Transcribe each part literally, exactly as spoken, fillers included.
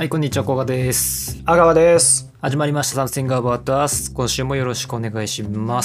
はい、こんにちは、こうがです。 阿川です。 始まりました Something About Us。今週もよろしくお願いします。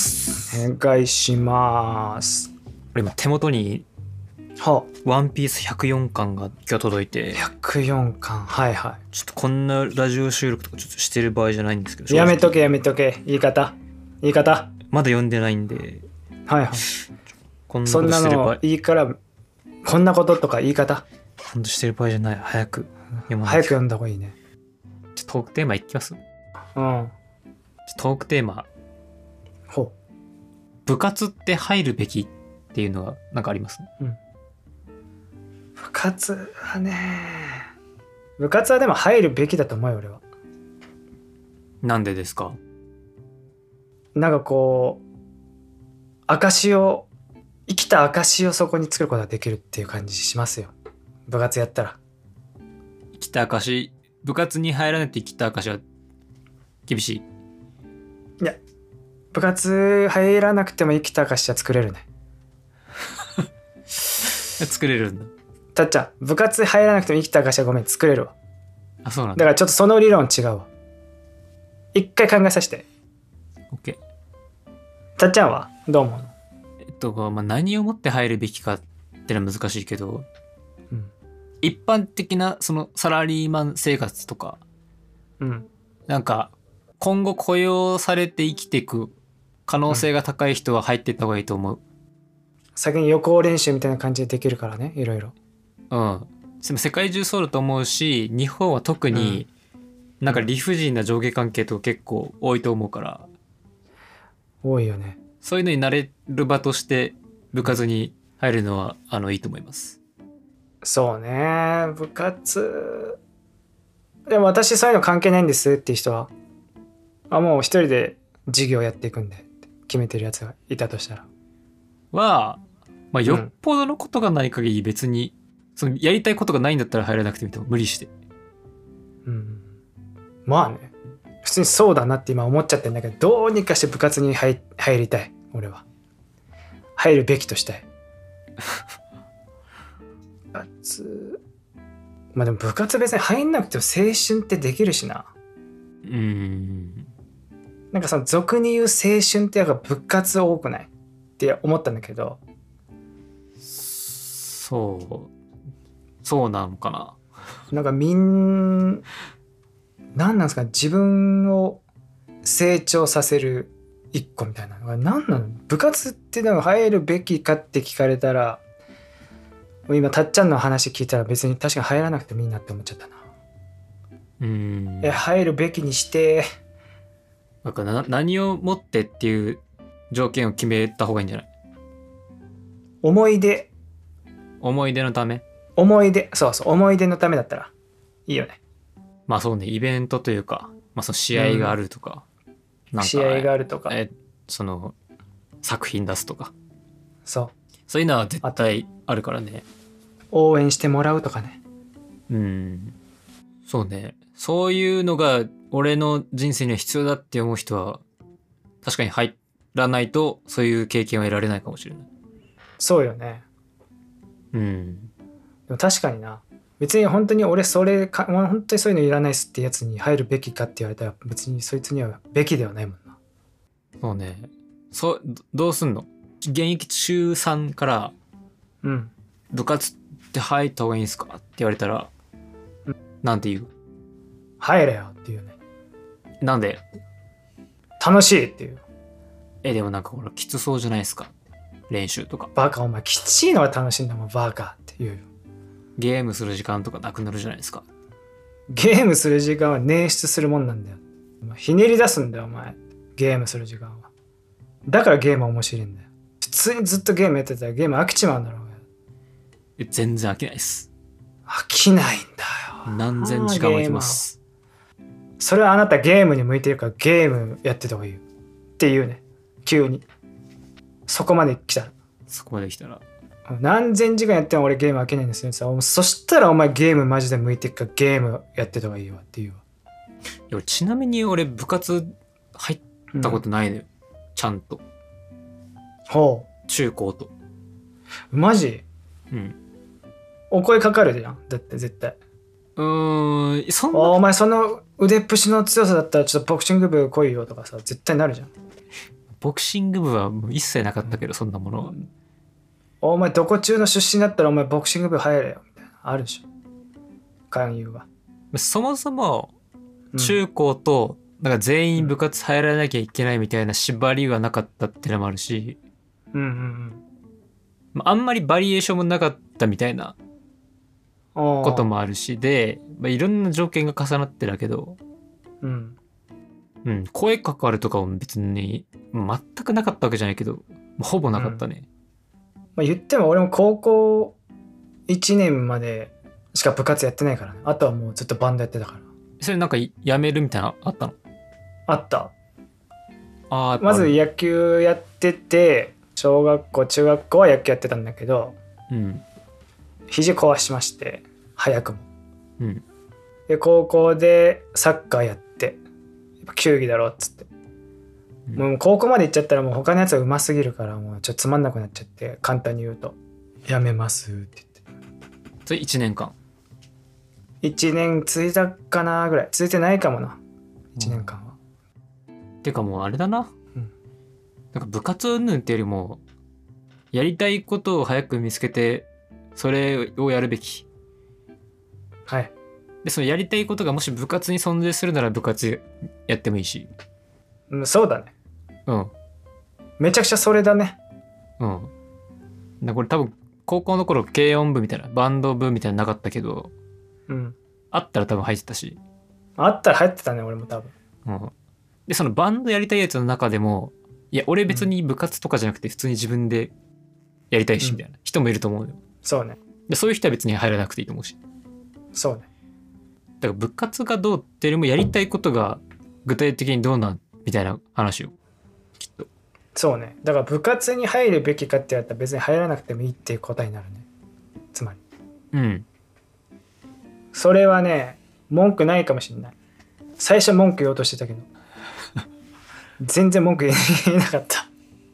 お願いします。 これ今手元にはワンピースひゃくよんかんが今日届いて、 ひゃくよんかん、はいはちょっとこんなラジオ収録とかちょっとしてる場合じゃないんですけど、 い。やめとけやめとけ、言い方言い方。 まだ読んでないんで、 はいはい。 こんなそんなことしてる場合、 のいいから、こんなこととか言い方。 ほんとしてる場合じゃない。早く読まないと。 早く読んだ方がいいね。 ちょっとトークテーマいきます。 うん。 トークテーマ、 ほ部活って入るべきっていうのがなんかあります？ う。うん。部活はね、部活はでも入るべきだと思うよ俺は。 なんでですか？ なんかこう証を生きた証をそこに作ることができるっていう感じしますよ。部活やったら。 生きた証、部活に入らないと生きた証は厳しい。 いや、部活入らなくても生きた証は作れるね。 作れるんだ。 たっちゃん、部活入らなくても生きた証はごめん、作れるわ。 あ、そうなんだ。 だからちょっとその理論違うわ。一回考えさせて。 OK。 たっちゃんはどう思うの？ えっと、まあ、何をもって入るべきかってのは難しいけど、 うん。 一般的なそのサラリーマン生活とか、 うん。 なんか今後雇用されて生きていく可能性が高い人は入っていった方がいいと思う。 先に予行練習みたいな感じでできるからね、いろいろ。 うん。でも世界中そうだと思うし、日本は特になんか理不尽な上下関係とか結構多いと思うから、 多いよね。 そういうのに慣れる場として部活に入るのはあのいいと思います。 そうね、部活。でも私そういうの関係ないんですっていう人は、あ、もう一人で授業やっていくんでって決めてるやつがいたとしたら。 は、まあ、よっうんぽどのことがない限り別に、そのやりたいことがないんだったら入らなくてもいいと思う。無理して。 うん。まあね。普通にそうだなって今思っちゃってんだけど、どうにかして部活に 入, 入りたい。俺は。入るべきとしたい。部活。まあでも部活別に入んなくても青春ってできるしな。 うーん。 なんかその俗に言う青春ってやっぱ部活多くないって思ったんだけど。 そう。そうなのかな。 なんかみん、何なんですか、自分を成長させる一個みたいなのが何なの？部活ってなんか入るべきかって聞かれたら、今たっちゃんの話聞いたら別に確かに入らなくてもいいなって思っちゃったな。 うーん。 え、入るべきにして。 なんかな何をもってっていう条件を決めた方がいいんじゃない？ 思い出。 思い出のため。 思い出。そうそう、思い出のためだったらいいよね。 まあそうね、イベントというか、まあその試合があるとか、なんか試合があるとか。 え、その作品出すとか。 そう。 そういうのは絶対あるからね。 応援してもらうとかね。 うん。そうね。そういうのが俺の人生には必要だって思う人は確かに入らないとそういう経験は得られないかもしれない。 そうよね。 うん。 でも確かにな。別に本当に俺それか、本当にそういうのいらないっすってやつに入るべきかって言われたら別にそいつにはべきではないもんな。 そうね。そうどどうすんの？現役中さんからうん部活って入った方がいいんすかって言われたら、 うん、 なんて言う？ 入れよっていうね。 なんで？ 楽しいっていう。 え、でもなんかほらきつそうじゃないですか。練習とか。 バカお前きちいのが楽しいんだもんバカって言うよ。 ゲームする時間とかなくなるじゃないですか。 ゲームする時間は捻出するもんなんだよ。ひねり出すんだよお前。ゲームする時間は。だからゲームは面白いんだよ。普通にずっとゲームやってたらゲーム飽きちまうんだろうが。 え、全然飽きないです。 飽きないんだよ。 何千時間も飽きます。 それはあなたゲームに向いてるからゲームやってた方がいいよっていうね。急にそこまで来たら、 そこまで来たら何千時間やっても俺ゲーム飽きないんですよ。そしたらお前ゲームマジで向いてるからゲームやってた方がいいわっていうわ。 いやちなみに俺部活入ったことないのよ、うん、ちゃんと。 ほう。 中高と。 マジ？ うん。 お声かかるじゃんだって絶対。 うーんそんなお前その腕っぷしの強さだったらちょっとボクシング部来いよとかさ絶対なるじゃん。 ボクシング部はもう一切なかったけど、そんなものは。 お前どこ中の出身だったらお前ボクシング部入れよみたいなあるでしょ勧誘が。 そもそもうん中高となんか全員部活入らなきゃいけないみたいな縛りがなかったってのもあるし、 うんうんまああんまりバリエーションもなかったみたいなうん。 こともあるしで、まあ、いろんな条件が重なってだけど、 うんうん、声かかるとかも別に全くなかったわけじゃないけど、ほぼなかったね。 まあ、言っても俺も高校いちねんまでしか部活やってないからね。あとはもうずっとバンドやってたから。 それなんかやめるみたいなのあったの？ あった。 あーまず野球やってて小学校中学校は野球やってたんだけどうん肘壊しまして早くも。 うんで高校でサッカーやってやっぱ球技だろっつって、 うんもう高校まで行っちゃったらもう他のやつはうますぎるからもうちょっとつまんなくなっちゃって簡単に言うとやめますって言って。 それいちねんかん。 いちねん続いたかなぐらい続いてないかもな。いちねんかんは、 てかもうあれだな、 うん、 なんか部活云々ってよりもやりたいことを早く見つけてそれをやるべきはいで、そのやりたいことがもし部活に存在するなら部活やってもいいし、 うんそうだね。 うんめちゃくちゃそれだね。 うんだこれ多分高校の頃軽音部みたいなバンド部みたいなのなかったけど、 うんあったら多分入ってたし、 あったら入ってたね俺も多分。 うんでそのバンドやりたいやつの中でも、いや俺別に部活とかじゃなくて普通に自分でやりたいしみたいな人もいると思うよ。 そうねでそういう人は別に入らなくていいと思うし、 そうね。 だから部活がどうっていうよりもやりたいことが具体的にどうなんみたいな話をきっと。 そうね。だから部活に入るべきかって言われたら別に入らなくてもいいっていう答えになるね。つまりうんそれはね文句ないかもしれない。最初文句言おうとしてたけど全然文句言えなかった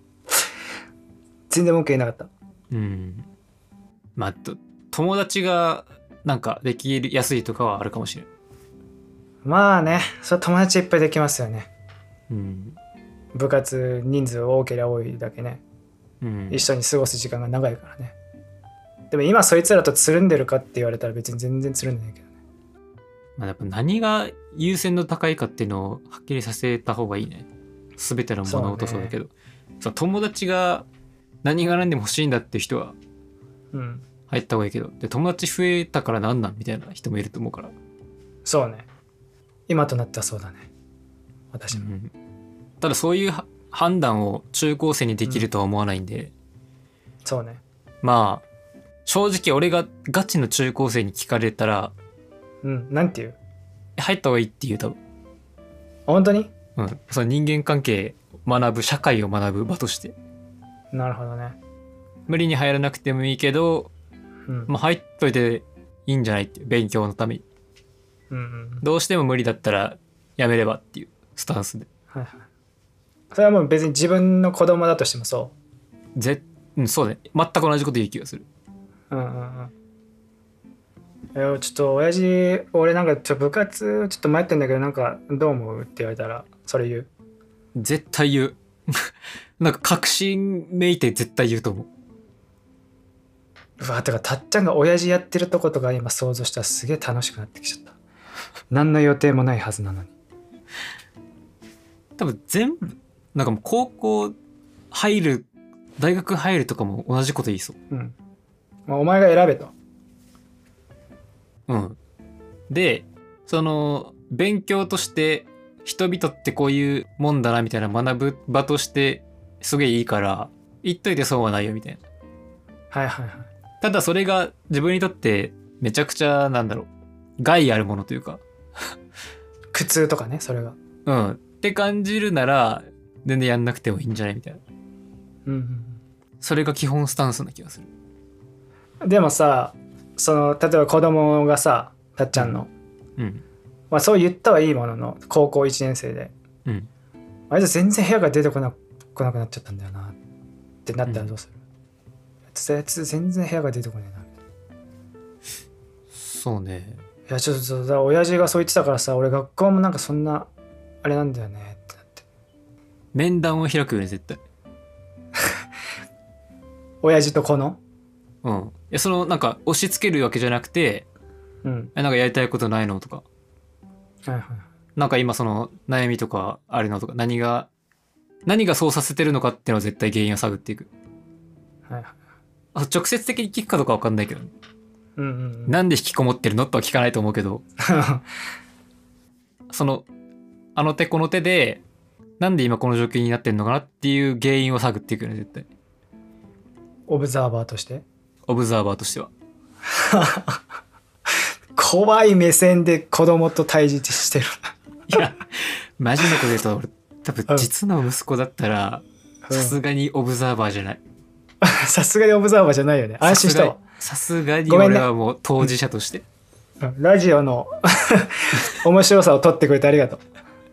全然文句言えなかった。 うんまあと友達がなんかできやすいとかはあるかもしれない。 まあねそれ友達いっぱいできますよね。 うん部活人数多ければ多いだけね、 うん、 一緒に過ごす時間が長いからね。でも今そいつらとつるんでるかって言われたら別に全然つるんでないけどね。 まあ、やっぱ何が優先度高いかっていうのをはっきりさせた方がいいね。全ての物事そうだけど、その友達が何が何でも欲しいんだっていう人はうん入った方がいいけど、で友達増えたからなんなんみたいな人もいると思うから。 そうね今となってはそうだね私も、 うん、ただそういう判断を中高生にできるとは思わないんで、うん、 そうね。 まあ正直俺がガチの中高生に聞かれたらうんなんていう入った方がいいっていう多分。 本当に。 うん、その人間関係学ぶ社会を学ぶ場としてなるほどね。 無理に入らなくてもいいけど、 うんまあ、入っといていいんじゃないっていう勉強のためにうんうんどうしても無理だったらやめればっていうスタンスではいはい。それはもう別に自分の子供だとしてもそぜ、うん、そうね全く同じこと言う気がする。 う。うんうんうん。いやちょっと親父俺なんかちょっと部活ちょっと迷ってんだけどなんかどう思うって言われたらそれ言う。 絶対言うなんか確信めいて絶対言うと思う。 うわてかたっちゃんが親父やってるとことか今想像したらすげえ楽しくなってきちゃった。何の予定もないはずなのに。 多分全部なんかもう高校入る大学入るとかも同じこと言いそう。 うん。まあお前が選べと。 うん。でその勉強として人々ってこういうもんだなみたいな学ぶ場としてすげえいいから言っといて損はないよみたいな。 はいはいはい。 ただそれが自分にとってめちゃくちゃなんだろう害あるものというか苦痛とかねそれが。 うんって感じるなら全然やんなくてもいいんじゃないみたいな。 うんうんそれが基本スタンスな気がする。 うん。でもさその例えば子供がさたっちゃんの、 うんまあ、そう言ったはいいものの高校いちねん生でうんあいつ全然部屋から出てこな来なくなっちゃったんだよなってなったらどうする、うん、あいつ全然部屋から出てこないな。 そうねいやちょっとさ親父がそう言ってたからさ俺学校もなんかそんなあれなんだよねってなって。 面談を開くよね絶対。 親父と子のうんいやそのなんか押し付けるわけじゃなくて、 うんえなんかやりたいことないのとか、 はいはいなんか今その悩みとかあるのとか、何が何がそうさせてるのかっていうのは絶対原因を探っていく。 はいはい。 あ直接的に聞くかどうか分かんないけど、 うんうんうん。 なんで引きこもってるのとは聞かないと思うけど、そのあの手この手でなんで今この状況になってんのかなっていう原因を探っていくよね絶対。 オブザーバーとしてオブザーバーとしては。 怖い目線で子供と対峙してる。 いやマジのこと言うと俺多分実の息子だったらさすがにオブザーバーじゃない。 さすがにオブザーバーじゃないよね。安心したわ。 さすがに俺はもう当事者として、 ね、ラジオの面白さを取ってくれてありがとう。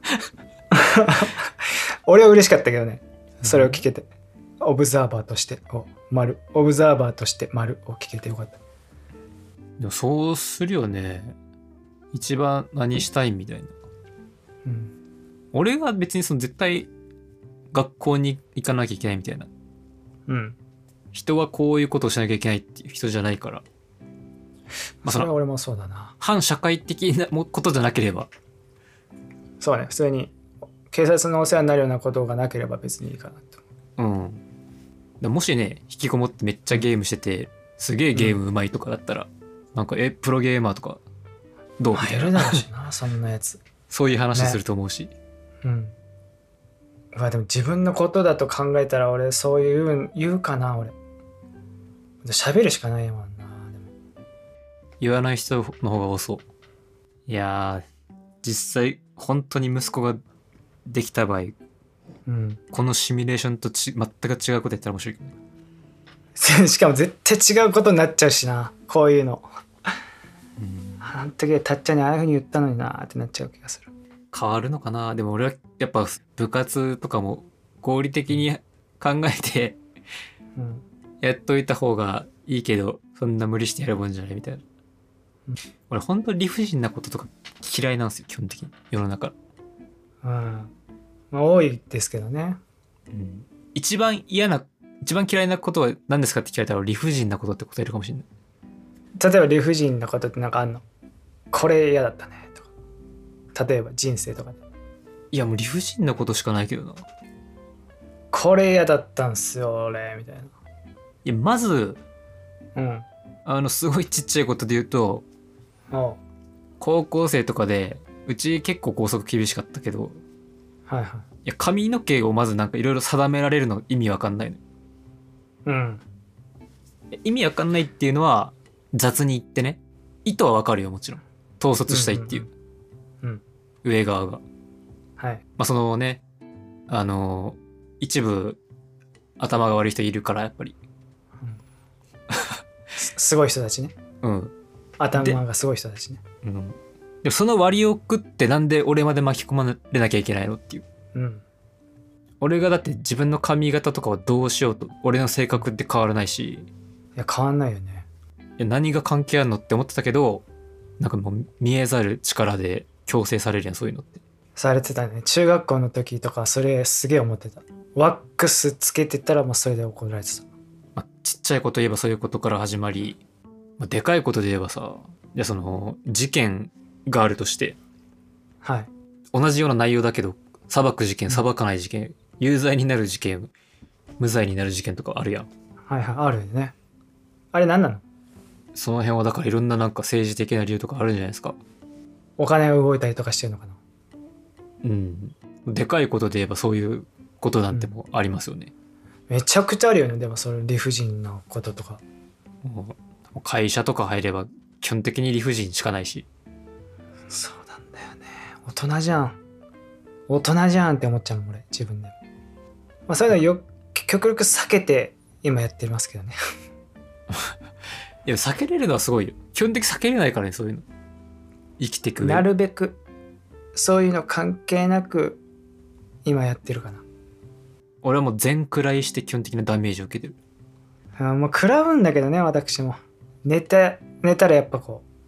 俺は嬉しかったけどねそれを聞けて、うん、オブザーバーとしてお丸オブザーバーとして丸を聞けてよかった。 でもそうするよね一番何したいみたいな、うん、俺は別にその絶対学校に行かなきゃいけないみたいな、うん、人はこういうことをしなきゃいけないっていう人じゃないから、 まあ、それは俺もそうだな。 反社会的なことじゃなければそうね普通に警察のお世話になるようなことがなければ別にいいかなと。 うんだもしね引きこもってめっちゃゲームしててすげえゲームうまいとかだったら、うん、なんかえプロゲーマーとかどうみたいな、 まあ、いるだろうしなそんなやつそういう話すると思うし、ね、 うんまあでも自分のことだと考えたら俺そういう言うかな俺喋るしかないもんな。でも言わない人の方が多そう。いやー実際本当に息子ができた場合、うん、このシミュレーションとち全く違うことやったら面白いけど、ね、しかも絶対違うことになっちゃうしなこういうの、うん、あの時たっちゃんにああいう風に言ったのになってなっちゃう気がする。 変わるのかな。でも俺はやっぱ部活とかも合理的に考えて、うん、やっといた方がいいけどそんな無理してやるもんじゃないみたいな、うん、俺ほんと理不尽なこととか嫌いなんですよ基本的に世の中。 うんまあ、多いですけどね、 うん、一番嫌な一番嫌いなことは何ですかって聞かれたら理不尽なことって答えるかもしれない。 例えば理不尽なことってなんかあんの？これ嫌だったねとか例えば人生とかで。 いやもう理不尽なことしかないけどな。 これ嫌だったんすよ俺みたいな。いやまず、 うん、 あのすごいちっちゃいことで言うと高校生とかでうち結構校則厳しかったけど、 はいはい、いや髪の毛をまずなんかいろいろ定められるの意味わかんないの。 うん意味わかんないっていうのは雑に言ってね意図はわかるよもちろん統率したいっていう、うんうんうん、上側がはいまあそのねあの一部頭が悪い人いるからやっぱり、うん、 す, すごい人たちね。うん頭がすごい人たちね。 うん、でもその割を食ってなんで俺まで巻き込まれなきゃいけないのっていう、うん、俺がだって自分の髪型とかはどうしようと俺の性格って変わらないし。 いや変わんないよね。 いや何が関係あるのって思ってたけどなんかもう見えざる力で強制されるやんそういうのって。 されてたね中学校の時とかそれすげえ思ってた。ワックスつけてたらもうそれで怒られてた、 まあ、ちっちゃいこと言えばそういうことから始まり、まあ、でかいことで言えばさじゃあその事件があるとして、はい、同じような内容だけど裁く事件裁かない事件、うん、有罪になる事件無罪になる事件とかあるやん。 はいはいあるよね。あれ何なの？ その辺はだからいろんななんか政治的な理由とかあるんじゃないですか。 お金が動いたりとかしてるのかな。 うんでかいことで言えばそういうことなんてもありますよね、 うん、めちゃくちゃあるよね。でもそれ理不尽なこととかもう会社とか入れば基本的に理不尽しかないし。 そうなんだよね。大人じゃん大人じゃんって思っちゃうもん俺自分で、まあ、そういうのよ極力避けて今やってますけどね。 いや避けれるのはすごいよ。基本的に避けれないからねそういうの生きてく上なるべくそういうの関係なく今やってるかな。 俺はもう全くらいして基本的なダメージを受けてる。 あもう食らうんだけどね私も寝た寝たらやっぱこ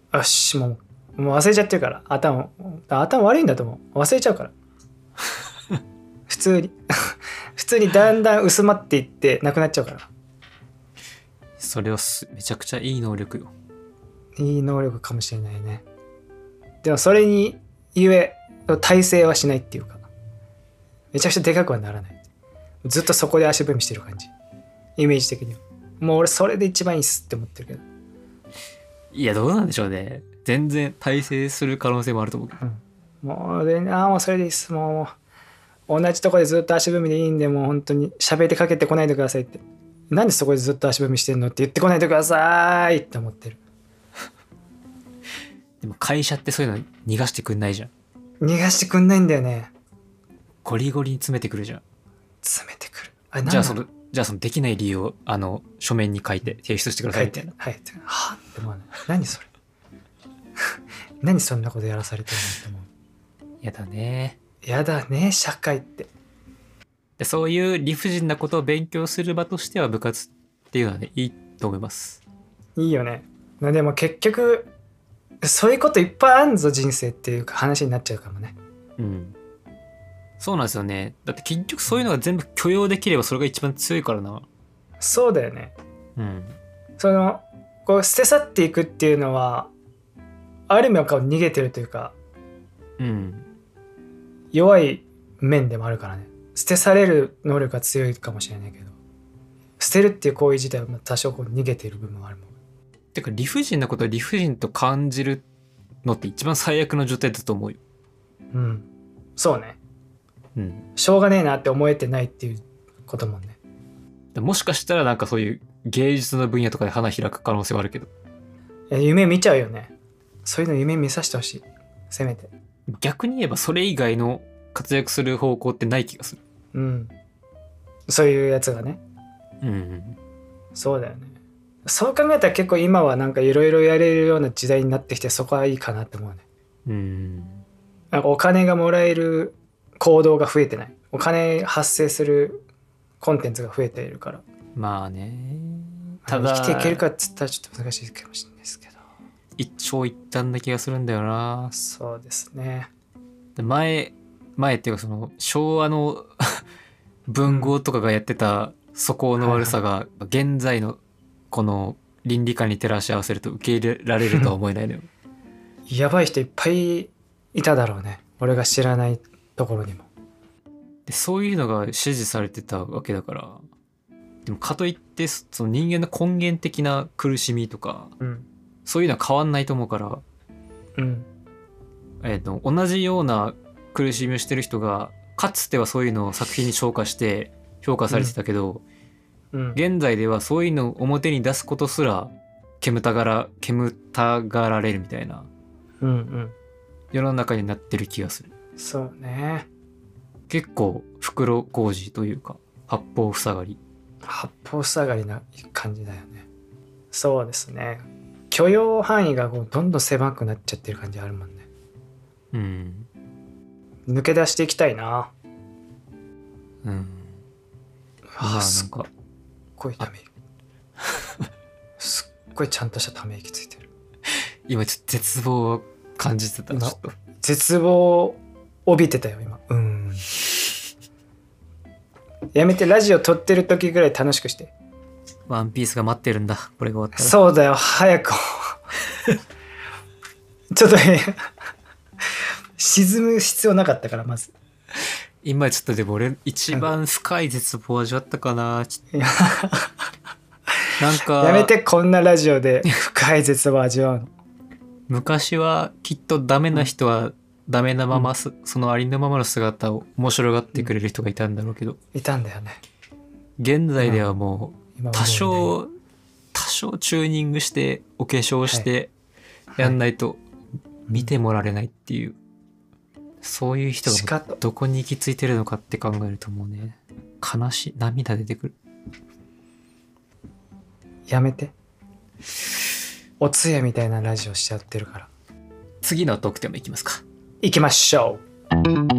よしもうもう忘れちゃってるから、頭頭悪いんだと思う、忘れちゃうから普通に普通にだんだん薄まっていってなくなっちゃうから。 それはすめちゃくちゃいい能力よ。 いい能力かもしれないね。でもそれにゆえ耐性はしないっていうか、めちゃくちゃでかくはならない。ずっとそこで足踏みしてる感じ、イメージ的には。もう俺それで一番いいっすって思ってるけど。 いやどうなんでしょうね。全然耐性する可能性もあると思うけど、 うん、もうでああもうそれでいいっす、もう同じとこでずっと足踏みでいいんで、もう本当に喋ってかけてこないでくださいって。なんでそこでずっと足踏みしてんのって言ってこないでくださいって思ってる。 でも会社ってそういうの逃がしてくんないじゃん。 逃がしてくんないんだよね。 ゴリゴリに詰めてくるじゃん。 詰めてくる。あ、 じゃあそのじゃあそのできない理由をあの書面に書いて提出してくださいみたいな。 はい。はっって思わない。何それ何そんなことやらされてるのって思う。 やだね。 やだね社会って。 でそういう理不尽なことを勉強する場としては部活っていうのはねいいと思います。 いいよね。でも結局そういうこといっぱいあんぞ人生っていうか話になっちゃうかもね。 うん。そうなんですよね。だって結局そういうのが全部許容できればそれが一番強いからな。 そうだよね。 うん。 そのこう捨て去っていくっていうのはある意味は逃げてるというか、 うん。 弱い面でもあるからね。捨て去れる能力が強いかもしれないけど、捨てるっていう行為自体は多少こう逃げている部分はあるもん。 てか理不尽なことを理不尽と感じるのって一番最悪の状態だと思うよ。 うん。そうね。 うん。 しょうがねえなって思えてないっていうこともね。 もしかしたらなんかそういう芸術の分野とかで花開く可能性はあるけど。 夢見ちゃうよね。そういうの夢見させてほしい。せめて。 逆に言えばそれ以外の活躍する方向ってない気がする。 うん。そういうやつがね。 うん。 そうだよね。そう考えたら結構今はなんかいろいろやれるような時代になってきて、そこはいいかなって思うね。 うん。 なんかお金がもらえる行動が増えてない。お金発生するコンテンツが増えているから。 まあね。 ただ生きていけるかっつったらちょっと難しいかもしれないですけど。 一長一短な気がするんだよな。 そうですね。 で前前っていうかその昭和の文豪とかがやってた素行の悪さが現在のこの倫理観に照らし合わせると受け入れられるとは思えないのよ。 やばい人いっぱいいただろうね。俺が知らないところにも。 でそういうのが支持されてたわけだから。でもかといってその人間の根源的な苦しみとか、うん、そういうのは変わんないと思うから、 うんえーと、同じような苦しみをしてる人がかつてはそういうのを作品に昇華して評価されてたけど、うんうん、現在ではそういうのを表に出すことすら煙たがら煙たがられるみたいな、 うんうん、 世の中になってる気がする。 そうね。 結構袋小路というか八方塞がり八方塞がりな感じだよね。そうですね。許容範囲がこうどんどん狭くなっちゃってる感じあるもんね。 うん。 抜け出していきたいな。 うん。まあなんかすっごいため息すっごいちゃんとしたため息ついてる。 今ちょっと絶望を感じてた。ちょっと絶望を帯びてたよ今。うん。やめて、ラジオ撮ってる時ぐらい楽しくして。 ワンピースが待ってるんだ、これが終わったら。 そうだよ、早くちょっとね沈む必要なかったから。まず今ちょっとでも俺一番深い絶望を味わったかな。ちょっとなんかやめて、こんなラジオで深い絶望を味わうの。 昔はきっとダメな人はダメなまま、うん、そのありのままの姿を面白がってくれる人がいたんだろうけど、 いたんだよね。 現在ではもう多少多少チューニングしてお化粧してやんないと見てもらえないっていう、そういう人がどこに行き着いてるのかって考えるともうね、悲しい、涙出てくる。 やめて、お通夜みたいなラジオしちゃってるから。 次のトークテーマいきますか。 行きましょう。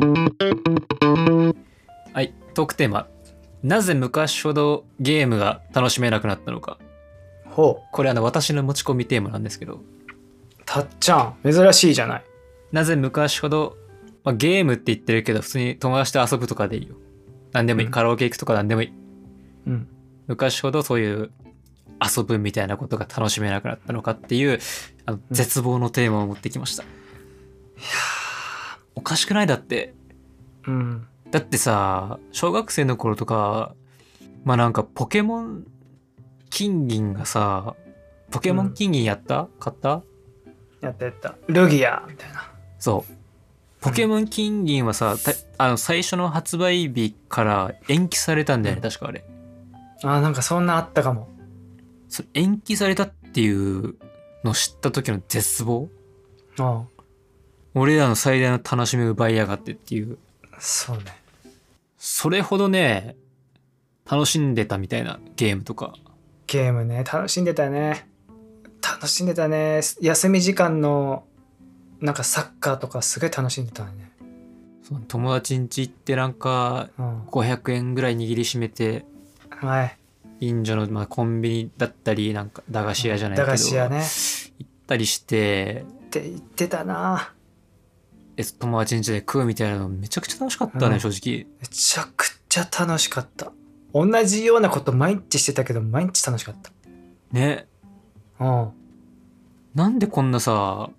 はい、トークテーマ、なぜ昔ほどゲームが楽しめなくなったのか。 ほう。 これあの私の持ち込みテーマなんですけど、 たっちゃん珍しいじゃない。 なぜ昔ほど、まあ、ゲームって言ってるけど普通に友達と遊ぶとかでいいよ。何でもいい、 うんカラオケ行くとか何でもいい。 うん。 昔ほどそういう遊ぶみたいなことが楽しめなくなったのかっていうあの絶望のテーマを持ってきました。いやおかしくない？だってうんだってさ、小学生の頃とかまあなんかポケモン金銀がさ、ポケモン金銀やった、うん、買った？ やったやった。ルギアみたいな。 そうポケモン金銀はさ、あの最初の発売日から延期されたんだよね、うん、確かあれ。 あ、なんかそんなあったかも。 それ延期されたっていうのを知った時の絶望。 ああ、 俺らの最大の楽しみを奪いやがってっていう。 そうね。 それほどね楽しんでたみたいなゲームとか。 ゲームね、楽しんでたね。楽しんでたね。休み時間のなんかサッカーとかすごい楽しんでたね。 その友達ん家行ってなんかごひゃくえんぐらい握りしめて、 うん、はい。 近所のまあコンビニだったりなんか駄菓子屋じゃないけど、 駄菓子屋ね、 行ったりしてって言ってたな。 え友達ん家で食うみたいなのめちゃくちゃ楽しかったね、うん、正直めちゃくちゃ楽しかった。同じようなこと毎日してたけど毎日楽しかったね。 うん。 なんでこんなさ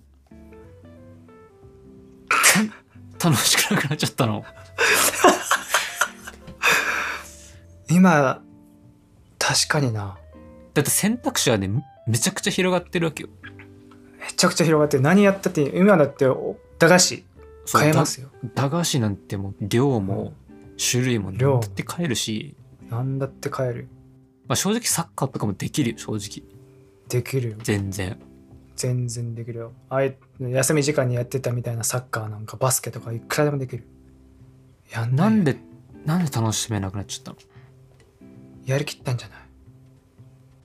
楽しくなくなっちゃったの今確かにな。 だって選択肢はねめちゃくちゃ広がってるわけよ。 めちゃくちゃ広がってる。何やったって今だって駄菓子買えますよ。 駄菓子なんてもう量も種類も何だって買えるし、 何だって買える。 まあ、正直サッカーとかもできるよ。正直できるよ。 全然全然できるよ。あい休み時間にやってたみたいなサッカーなんかバスケとかいくらでもできる。やんないよ。なんでなんで楽しめなくなっちゃったの？ やりきったんじゃない？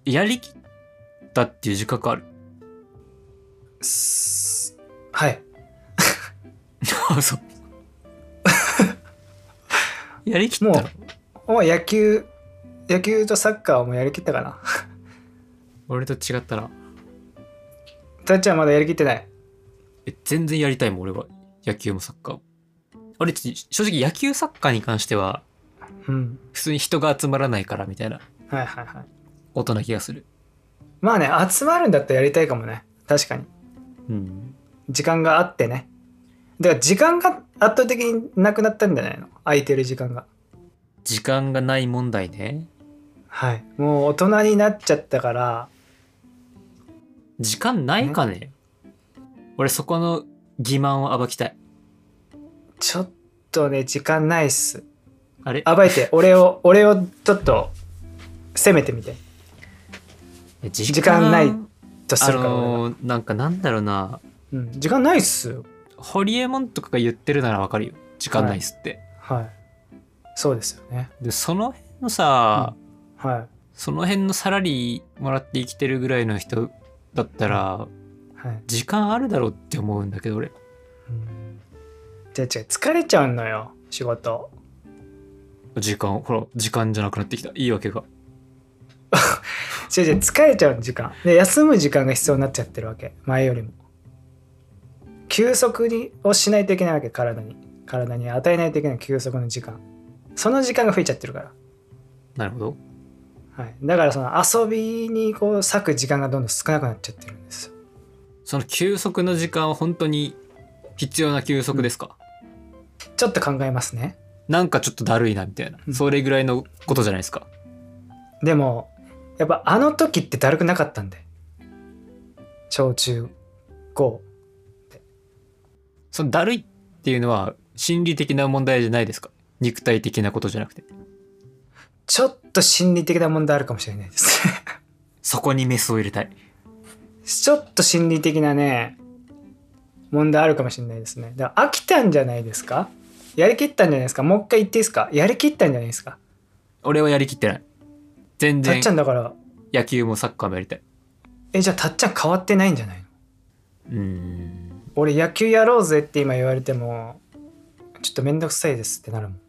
やりきったっていう自覚ある？ はいあ、そうやりきったの？もう、もう野球野球とサッカーはもうやりきったかな俺と違ったな。 たっちゃんまだやりきってない？ え全然やりたいもん俺は。野球もサッカーも。俺正直野球サッカーに関しては、うん、普通に人が集まらないからみたいな、 はいはいはい、 音な気がする。 まあね、集まるんだったらやりたいかもね。確かに、うん、時間があってね。だから時間が圧倒的になくなったんじゃないの？空いてる時間が。 時間がない問題ね。 はい、もう大人になっちゃったから。 時間ないかね、ね、俺そこの欺瞞を暴きたい。 ちょっとね時間ないっす。 あれ暴いて俺を俺をちょっと攻めてみて。時間、時間ないとするから、 あのー、なんかなんだろうな、 うん、時間ないっすよ。 ホリエモンとかが言ってるならわかるよ、時間ないっすって。 はい、はい、そうですよね。 でその辺のさ、 うん、はい、その辺のサラリーもらって生きてるぐらいの人だったら、はい、時間あるだろうって思うんだけど俺。うん、 じゃあ違う、疲れちゃうのよ仕事。 時間ほら時間じゃなくなってきた、言い訳が違う違う、疲れちゃう時間で休む時間が必要になっちゃってるわけ。前よりも休息にをしないといけないわけ。体に体に与えないといけない休息の時間。その時間が増えちゃってるから。 なるほど、 はい、だからその遊びにこう割く時間がどんどん少なくなっちゃってるんですよ。 その休息の時間は本当に必要な休息ですか？ うん、ちょっと考えますね。 なんかちょっとだるいなみたいな、うん、それぐらいのことじゃないですか。 でもやっぱあの時ってだるくなかったんで、小中高って。 そのだるいっていうのは心理的な問題じゃないですか？肉体的なことじゃなくて。 ちょっと心理的な問題あるかもしれないですそこにメスを入れたい。 ちょっと心理的なね問題あるかもしれないですね。だから飽きたんじゃないですか？やりきったんじゃないですか？もう一回言っていいですか？やりきったんじゃないですか？ 俺はやりきってない。全然。 たっちゃんだから野球もサッカーもやりたい。 え、じゃあたっちゃん変わってないんじゃないの？ うーん。 俺野球やろうぜって今言われてもちょっとめんどくさいですってなるもん。い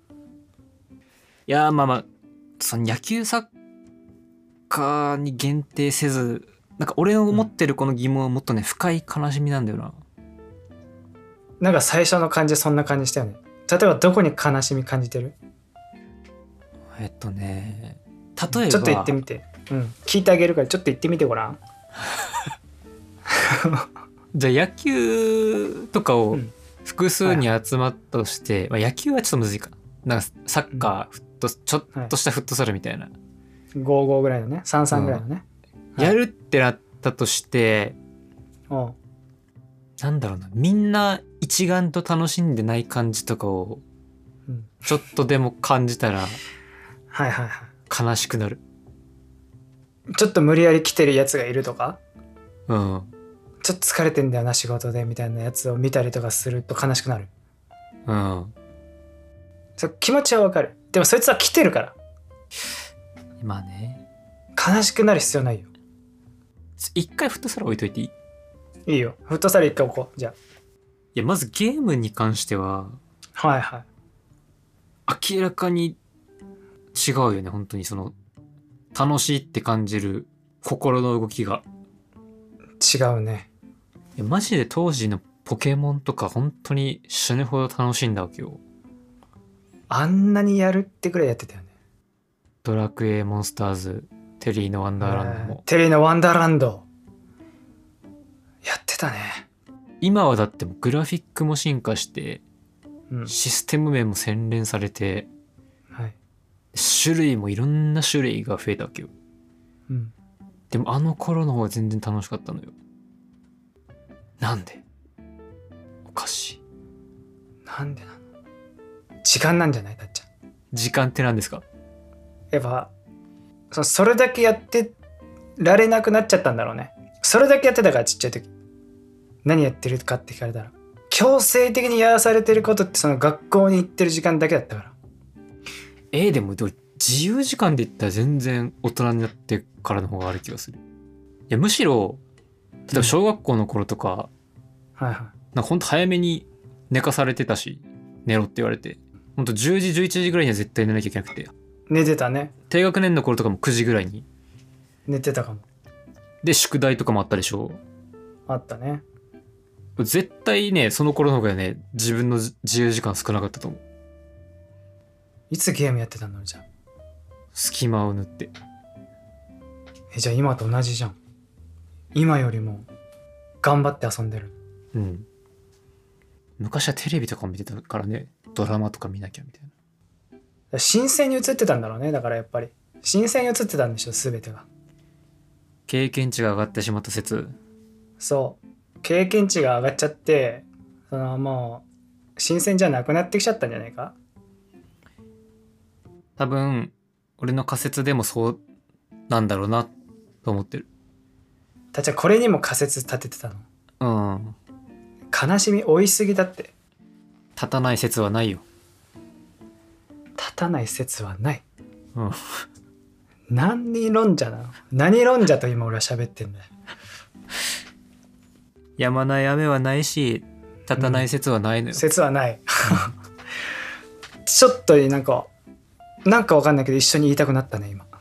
やまあまあその野球サッカーに限定せずなんか俺の思ってるこの疑問はもっとね深い悲しみなんだよな。 なんか最初の感じそんな感じしたよね。例えばどこに悲しみ感じてる？ えっとね例えばちょっと言ってみて、うん、聞いてあげるからちょっと言ってみてごらん。 じゃあ野球とかをうん複数に集まったとして、まあ、野球はちょっとむずいかなんかサッカー、フットちょっとしたフットサルみたいな、 ごたいごぐらいのね、さんたいさんぐらいのね、 うん、やるってなったとして、 はい、 なんだろうな、みんな一丸と楽しんでない感じとかをちょっとでも感じたらはいはいはい悲しくなる。 ちょっと無理やり来てるやつがいるとか、 うん、 ちょっと疲れてんだよな仕事でみたいなやつを見たりとかすると悲しくなる。 うん、 そ気持ちはわかる。でもそいつは来てるからまあね、 悲しくなる必要ないよ。 一回フットサル置いといていい？ いいよ、フットサル一回置こう。じゃいやまずゲームに関してはあ、はいはい、 明らかに違うよね。本当にその楽しいって感じる心の動きが違うね。 いやマジで当時のポケモンとか本当に死ぬほど楽しんだわけよ。 あんなにやるってくらいやってたよね。 ドラクエモンスターズ、テリーのワンダーランドも、 テリーのワンダーランドやってたね。 今はだってもうグラフィックも進化して、 うん、 システム面も洗練されて、 はい、 種類もいろんな種類が増えたわけよ、 うん、 でもあの頃の方が全然楽しかったのよ。なんで？おかしい。 なんでなの？時間なんじゃない？だっちゃん時間って何ですか？ やっぱ そ, それだけやってられなくなっちゃったんだろうね。それだけやってたから、ちっちゃい時何やってるかって聞かれたら強制的にやらされてることってその学校に行ってる時間だけだったから。 えー、でも自由時間で言ったら全然大人になってからの方がある気がする。いやむしろ例えば小学校の頃とか、 うん、はいはい、 なんかほんと早めに寝かされてたし、寝ろって言われてほんとじゅうじじゅういちじぐらいには絶対寝なきゃいけなくて、 寝てたね。 低学年の頃とかもくじぐらいに寝てたかも。 で宿題とかもあったでしょ。 あったね。 絶対ねその頃の方がね自分の自由時間少なかったと思う。 いつゲームやってたの？じゃあ隙間を縫って。 えじゃあ今と同じじゃん。今よりも頑張って遊んでる。 うん。昔はテレビとかも見てたからね、ドラマとか見なきゃみたいな。 新鮮に映ってたんだろうね。だからやっぱり新鮮に映ってたんでしょ、全てが。 経験値が上がってしまった説。 そう経験値が上がっちゃって、そのもう新鮮じゃなくなってきちゃったんじゃないか。 多分俺の仮説でもそうなんだろうなと思ってる。 たちはこれにも仮説立ててたの？ うん。 悲しみ追いすぎだって。 立たない説はないよ。 立たない説はない。 うん。 何論者なの？何論者と今俺は喋ってんだよ。 やまない雨はないし立たない説はないのよ、 うん、説はない。ちょっとなんかなんかわかんないけど一緒に言いたくなったね今。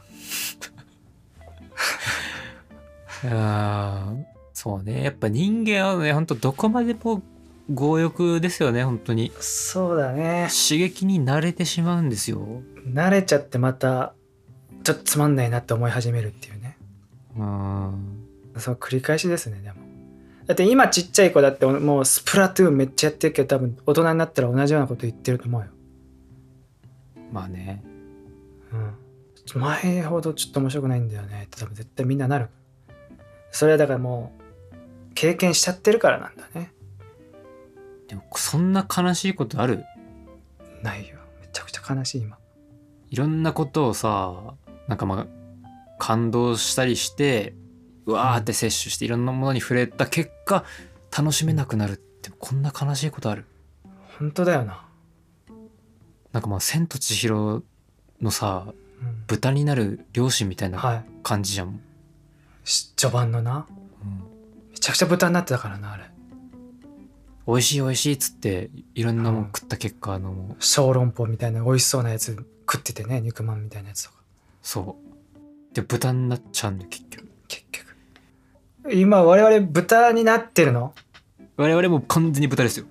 あそうね、やっぱ人間はねほんとどこまでも強欲ですよね。本当にそうだね。 刺激に慣れてしまうんですよ。 慣れちゃってまたちょっとつまんないなって思い始めるっていうね。 うんその繰り返しですね。でもだって今ちっちゃい子だってもうスプラトゥーンめっちゃやってるけど多分大人になったら同じようなこと言ってると思うよ。 まあね、 うん、前ほどちょっと面白くないんだよねって多分絶対みんななる。それはだからもう経験しちゃってるからなんだね。 でもそんな悲しいことある？ ないよ。めちゃくちゃ悲しい今。 いろんなことをさなんかまあ感動したりしてうわーって摂取していろんなものに触れた結果楽しめなくなるってこんな悲しいことある？ 本当だよな。 なんかまあ千と千尋のさ、 うん、 豚になる両親みたいなはい感じじゃん、 序盤のな、 うん、 めちゃくちゃ豚になってたからなあれ。 美味しい美味しいっつっていろんなもん食った結果、うん、あの小籠包みたいな美味しそうなやつ食っててね、肉まんみたいなやつとか。 そうで豚になっちゃうんだよ結局。 結局今我々豚になってるの？ 我々も完全に豚ですよ。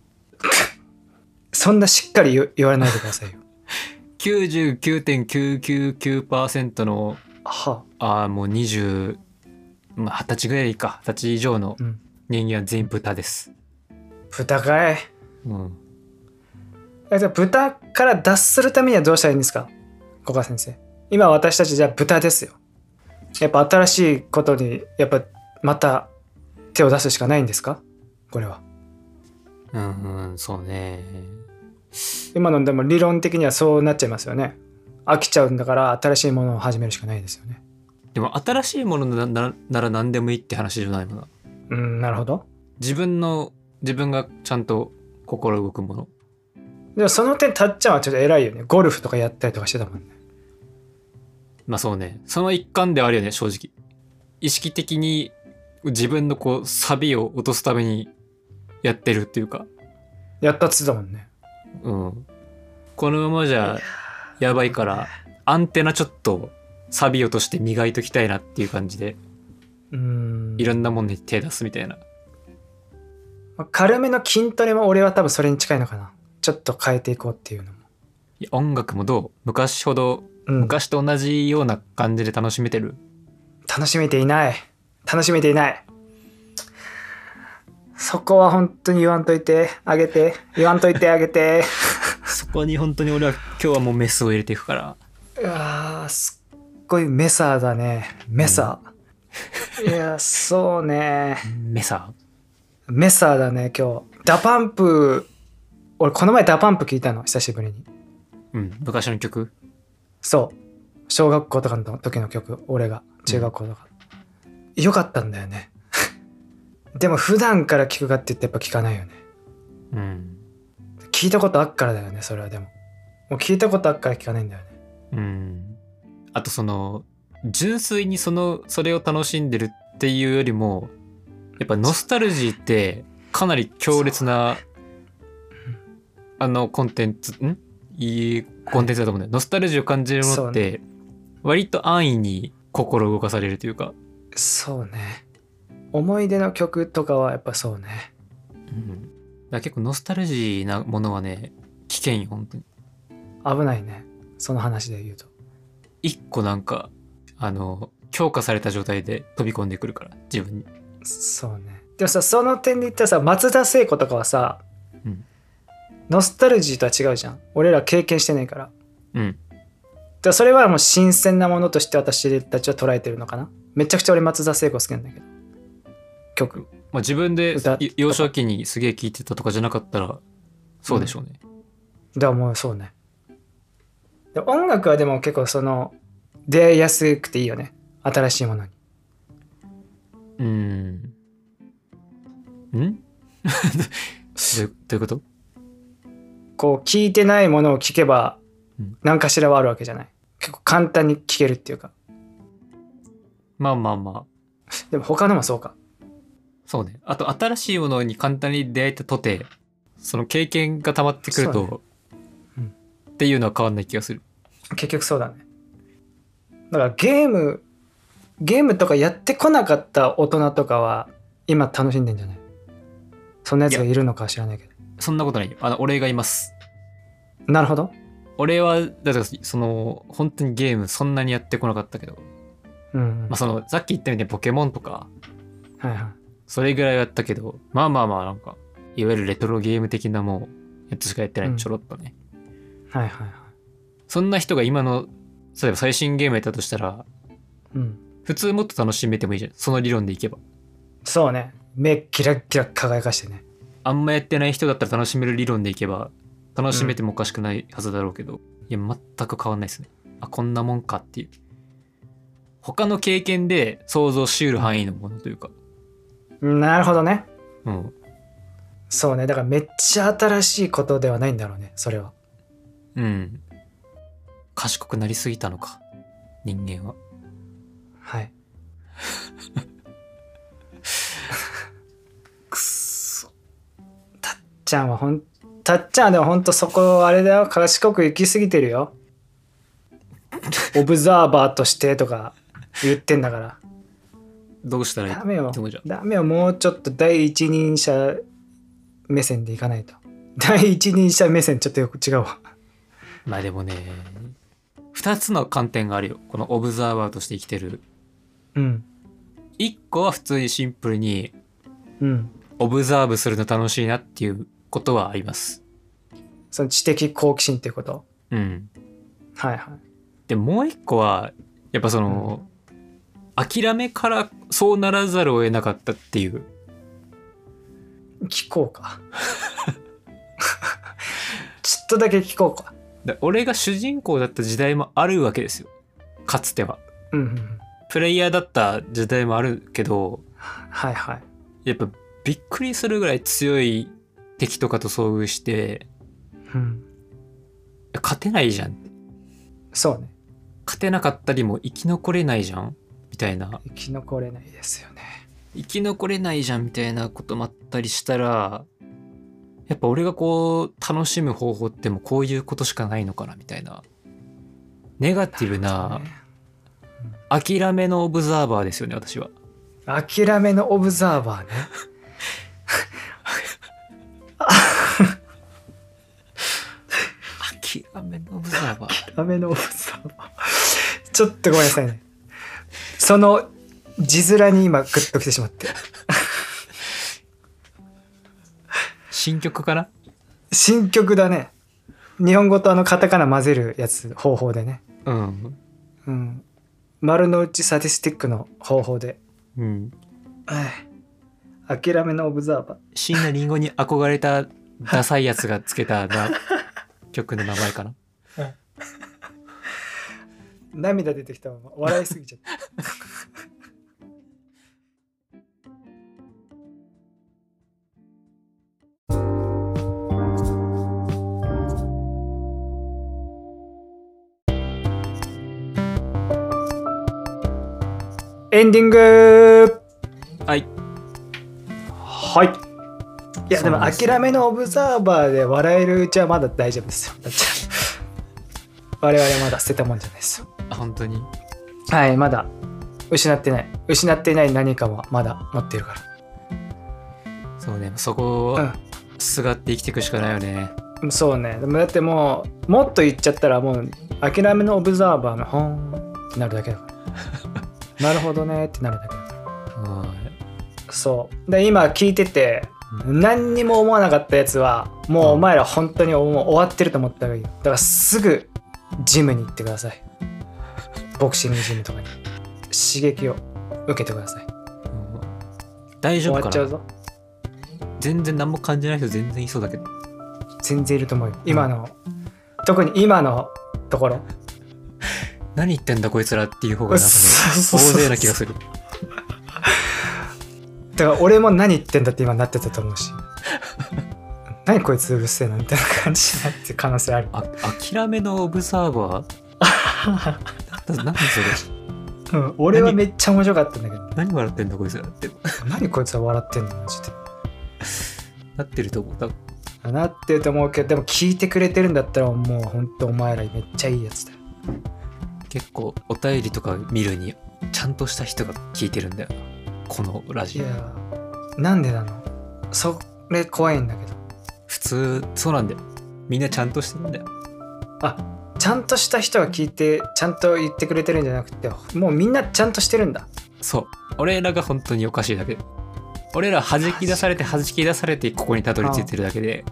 そんなしっかり言言わないでくださいよ。 きゅうじゅうきゅうてんきゅうきゅうきゅうパーセント のはあーもうにじゅう、まあ、はたちぐらいか、はたち以上のうん、 人間は全員豚です。 豚かい。 うん。 えじゃあ豚から脱するためにはどうしたらいいんですか、古賀先生。今私たちじゃあ豚ですよ。やっぱ新しいことにやっぱまた手を出すしかないんですか、これは。 うん、うん、そうね。 今のでも理論的にはそうなっちゃいますよね。飽きちゃうんだから新しいものを始めるしかないですよね。 でも新しいものなななら何でもいいって話じゃないもんな。 うん、なるほど。 自分の自分がちゃんと心動くもの。 でもその点たっちゃんはちょっと偉いよね。ゴルフとかやったりとかしてたもんね。 まあそうね。その一環ではあるよね、正直。意識的に自分のこうサビを落とすためにやってるっていうか。 やったっつってたもんね。 うん。このままじゃやばいからアンテナちょっとサビ落として磨いときたいなっていう感じで、 うーん、 いろんなもんに手出すみたいな。 軽めの筋トレも俺は多分それに近いのかな。ちょっと変えていこうっていうのも。 いや音楽もどう？昔ほど、 うん、 昔と同じような感じで楽しめてる？ 楽しめていない楽しめていない。そこは本当に言わんといてあげて言わんといてあげてそこに本当に俺は今日はもうメスを入れていくから。 うわーすっごいメサーだね。メサー、うん、いやそうねメサメサーだね今日。ダパンプ、俺この前ダパンプ聞いたの久しぶりに。 うん、昔の曲。 そう小学校とかの時の曲、俺が中学校とか、うん、よかったんだよねでも普段から聞くかって言ってやっぱ聞かないよね。 うん。 聞いたことあっからだよねそれは。でももう聞いたことあっから聞かないんだよね。 うん。あとその純粋にそのそれを楽しんでるっていうよりも、やっぱノスタルジーってかなり強烈なあのコンテンツ、んいいコンテンツだと思うんだよ。ノスタルジーを感じるものって割と安易に心動かされるというか。 そうね。思い出の曲とかはやっぱそうね。 うん。だから結構ノスタルジーなものはね、危険よ本当に。 危ないね。その話で言うと。 一個なんかあの強化された状態で飛び込んでくるから自分に。 そうね。でもさ、その点で言ったらさ、松田聖子とかはさ、 うん、 ノスタルジーとは違うじゃん。俺ら経験してないから。 うん。 でそれはもう新鮮なものとして私たちは捉えてるのかな。めちゃくちゃ俺松田聖子好きなんだけど。曲。 まあ、自分で歌幼少期にすげえ聴いてたとかじゃなかったらそうでしょうね。 うん、だからもうそうね。で音楽はでも結構その出会いやすくていいよね。新しいものに。 うーん。んどういうこと？ こう聞いてないものを聞けばうん何かしらはあるわけじゃない。結構簡単に聞けるっていうか。 まあまあまあ。 でも他のもそうか。 そうね。あと新しいものに簡単に出会えたとて、その経験が溜まってくると、 そうねうん、 っていうのは変わんない気がする。 結局そうだね。だからゲームゲームとかやってこなかった大人とかは今楽しんでんじゃない？そんなやつがいるのかは知らないけど。 そんなことないよ。あの俺がいます。 なるほど。 俺はだからその本当にゲームそんなにやってこなかったけど、 うん、うん、 まあそのさっき言ったようにポケモンとかはいはい。 それぐらいはやったけど、まあまあまあなんかいわゆるレトロゲーム的なもうやつしかやってない、 うんちょろっとね。 はいはいはい。 そんな人が今の例えば最新ゲームやったとしたら、 うん。 普通もっと楽しめてもいいじゃん。その理論でいけば。 そうね。目キラッキラ輝かしてね。 あんまやってない人だったら楽しめる理論でいけば楽しめてもおかしくないはずだろうけど、うん、いや全く変わんないですね。あ、こんなもんかっていう。他の経験で想像しうる範囲のものというか。 なるほどね。 うん。 そうね。だからめっちゃ新しいことではないんだろうね。それは。 うん。賢くなりすぎたのか、人間は。 はい。 くっそ。 たっちゃんはほんたっちゃんはでもほんとそこあれだよ。賢く行き過ぎてるよ。オブザーバーとしてとか言ってんだから。 どうしたらいいダメよと思うじゃん。 ダメよ、もうちょっと第一人者目線でいかないと。第一人者目線ちょっとよく違うわ。 まあでもね、ふたつの観点があるよ、このオブザーバーとして生きてる。 うんいっこは普通にシンプルにうんオブザーブするの楽しいなっていうことはあります。 その知的好奇心っていうこと。 うん。 はいはい。 でもういっこはやっぱその、うん、諦めからそうならざるを得なかったっていう。 聞こうかちょっとだけ聞こうか。 で俺が主人公だった時代もあるわけですよ、かつては。 うんうん、 プレイヤーだった時代もあるけど、 はいはい。 やっぱびっくりするぐらい強い敵とかと遭遇して、 うん、 勝てないじゃん。 そうね。 勝てなかったりも生き残れないじゃんみたいな。 生き残れないですよね。 生き残れないじゃんみたいなこともあったりしたら、やっぱ俺がこう楽しむ方法ってもうこういうことしかないのかなみたいな、ネガティブな諦めのオブザーバーですよね、私は。 諦めのオブザーバーね諦めのオブザーバー諦めのオブザーバーちょっとごめんなさいね、その字面に今グッときてしまって新曲かな。 新曲だね。日本語とあのカタカナ混ぜるやつ方法でね。 うん、 うん、丸の内サディスティックの方法で、 うん、 諦めのオブザーバー。 椎名林檎に憧れたダサいやつがつけたな曲の名前かな涙出てきたまま笑いすぎちゃったエンディング。 はいはい。いやでも諦めのオブザーバーで笑えるうちはまだ大丈夫ですよ。だって我々まだ捨てたもんじゃないですよ。 あ、本当に。 はい、まだ失ってない失っていない何かはまだ持ってるから。 そうね、そこをすがって生きていくしかないよね、 うん、そうね。でもだってもうもっと言っちゃったらもう諦めのオブザーバーのほーんってなるだけだからなるほどねってなるだけだから。うん、そうで今聞いてて、うん、何にも思わなかったやつはもうお前ら本当にもう終わってると思った方がいいよ。だからすぐジムに行ってください。ボクシングジムとかに刺激を受けてください、うん、 大丈夫かな。 終わっちゃうぞ。 全然何も感じない人全然いそうだけど。 全然いると思うよ今の、うん、特に今のところ何言ってんだこいつらっていう方がなんかね大勢な気がする。 だから俺も何言ってんだって今なってたと思うし何こいつうるせえなみたいな感じになってる可能性ある。 あ、諦めのオブザーバー何それ、うん、俺はめっちゃ面白かったんだけど。 何笑ってんだこいつらって何こいつは笑ってんのマジでなってると思う。多分なってると思うけど、でも聞いてくれてるんだったらもう本当お前らめっちゃいいやつだよ。 結構お便りとか見るにちゃんとした人が聞いてるんだよなこのラジオ。 いやなんでなの。それ怖いんだけど。 普通そうなんだよ、みんなちゃんとしてるんだよ。 あ、ちゃんとした人が聞いてちゃんと言ってくれてるんじゃなくて、もうみんなちゃんとしてるんだ。 そう、俺らが本当におかしいだけ。俺ら弾き出されて弾き出されてここにたどり着いてるだけで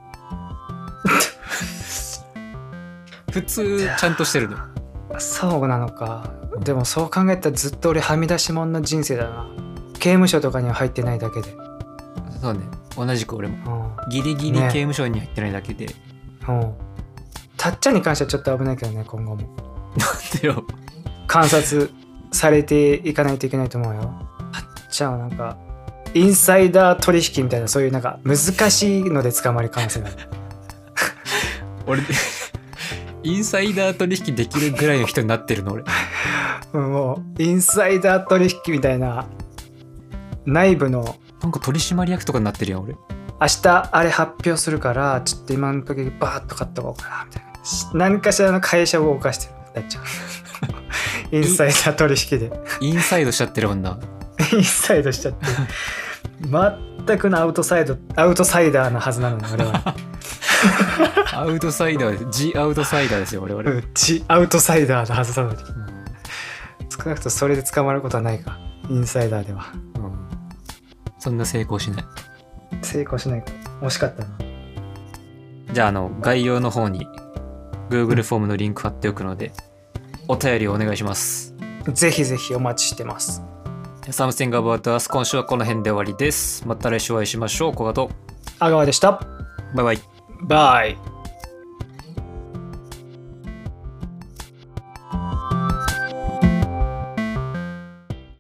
普通ちゃんとしてるの。 そうなのか。でもそう考えたらずっと俺はみ出し者の人生だな。刑務所とかには入ってないだけで。 そうね、同じく俺も、うん、ギリギリ刑務所に入ってないだけで、ね、 うん、たっちゃんに関してはちょっと危ないけどね今後も。 なんでよ。 観察されていかないといけないと思うよ。たっちゃんはなんかインサイダー取引みたいなそういうなんか難しいので捕まる可能性がある。 俺インサイダー取引できるぐらいの人になってるの俺。 もうインサイダー取引みたいな内部のなんか取締役とかになってるやん俺。 明日あれ発表するからちょっと今の時バーッと買っとこうかなみたいな何かしらの会社を動かしてるだっちゃうインサイダー取引でインサイドしちゃってるもんな。 インサイドしちゃって全くのアウトサイドアウトサイダーなはずなのに我々 アウトサイダーです。ジアウトサイダーですよ我々。 うん、ジアウトサイダーなはずなのに、うん、少なくともそれで捕まることはないか、インサイダーでは、 うん、そんな成功しない。 成功しないか。惜しかったな。 じゃああの概要の方に Google フォームのリンク貼っておくので、お便りをお願いします。 ぜひぜひお待ちしてます。 Something About Us、 今週はこの辺で終わりです。また来週お会いしましょう。小賀と阿川でした。 バイバイ。 バイ。